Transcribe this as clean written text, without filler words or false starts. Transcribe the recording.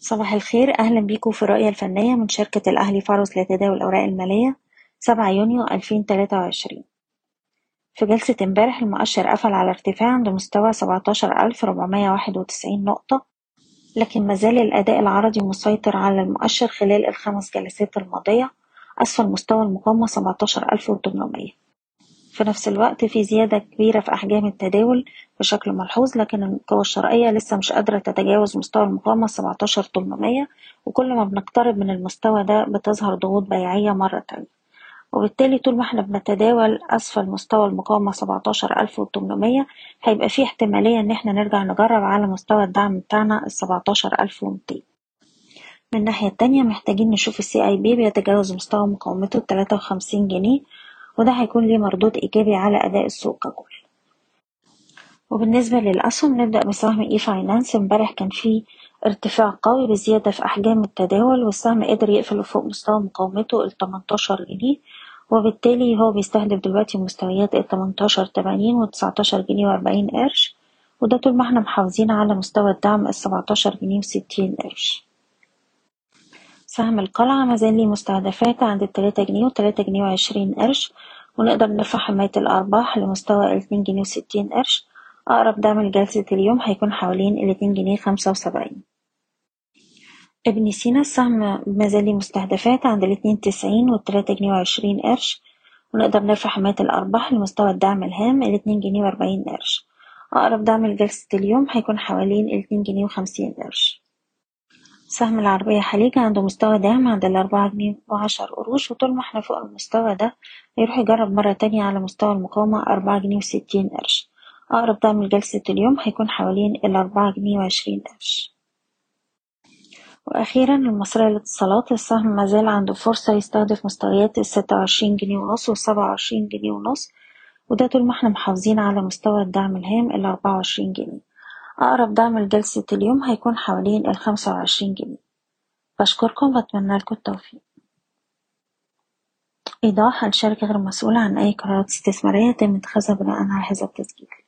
صباح الخير، أهلا بيكم في الرؤية الفنية من شركة الأهلي فارس لتداول الأوراق المالية 7 يونيو 2023. في جلسة امبارح المؤشر قفل على ارتفاع عند مستوى 17491 نقطة، لكن مازال الأداء العرضي مسيطر على المؤشر خلال الخمس جلسات الماضية أسفل مستوى المقاومة 17800. في نفس الوقت في زيادة كبيرة في أحجام التداول بشكل ملحوظ، لكن القوى الشرائية لسه مش قادرة تتجاوز مستوى المقاومة 17800، وكل ما بنقترب من المستوى ده بتظهر ضغوط بيعية مرة تانية، وبالتالي طول ما احنا بنتداول أسفل مستوى المقاومة 17800 هيبقى فيه احتمالية إن احنا نرجع نجرب على مستوى الدعم بتاعنا 17200. من الناحية التانية محتاجين نشوف الCIB بيتجاوز مستوى مقاومته 53 جنيه، وده هيكون ليه مردود إيجابي على أداء السوق ككل. وبالنسبة للأسهم نبدأ بسهم إي فاينانس. امبارح كان فيه ارتفاع قوي بزيادة في أحجام التداول، والسهم قدر يقفل فوق مستوى مقاومته 18 جنيه، وبالتالي هو بيستهدف دلوقتي مستويات 18.80 و19 جنيه و40 قرش، وده طول ما احنا محافظين على مستوى الدعم 17 جنيه و60 قرش. سهم القلعة مازال ليه مستهدفات عند 3 جنيه و3 جنيه و20 قرش، ونقدر نرفع حماية الأرباح لمستوى 2 جنيه و60 قرش. أقرب دعم لجلسة اليوم هيكون حوالين 2 جنيه 75. ابن سينا السهم مازال ليه مستهدفات عند 2.90 و3 جنيه و20 قرش، ونقدر نرفع حماية الأرباح لمستوى الدعم الهام 2 جنيه و40 قرش. أقرب دعم لجلسة اليوم هيكون حوالين 2 جنيه و50 قرش. سهم العربية خليج عنده مستوى دعم عند 4 جنيه و10 قروش، وطول ما احنا فوق المستوى ده هيروح يجرب مرة تانية على مستوى المقاومة 4 جنيه و60 قرش. أقرب دعم لجلسة اليوم هيكون حوالين 4 جنيه و20 قرش. وأخيرا المصرية للاتصالات السهم مازال عنده فرصة يستهدف مستويات 26 جنيه ونص و27 جنيه ونص، وده طول ما احنا محافظين على مستوى الدعم الهام 24 جنيه. أقرب دعم لجلسة اليوم هيكون حوالين 25 جنيه. بشكركم وأتمنى لكم التوفيق. إيضاح: الشركة غير مسؤولة عن أي قرارات استثمارية يتم اتخاذها بناء على هذا التسجيل.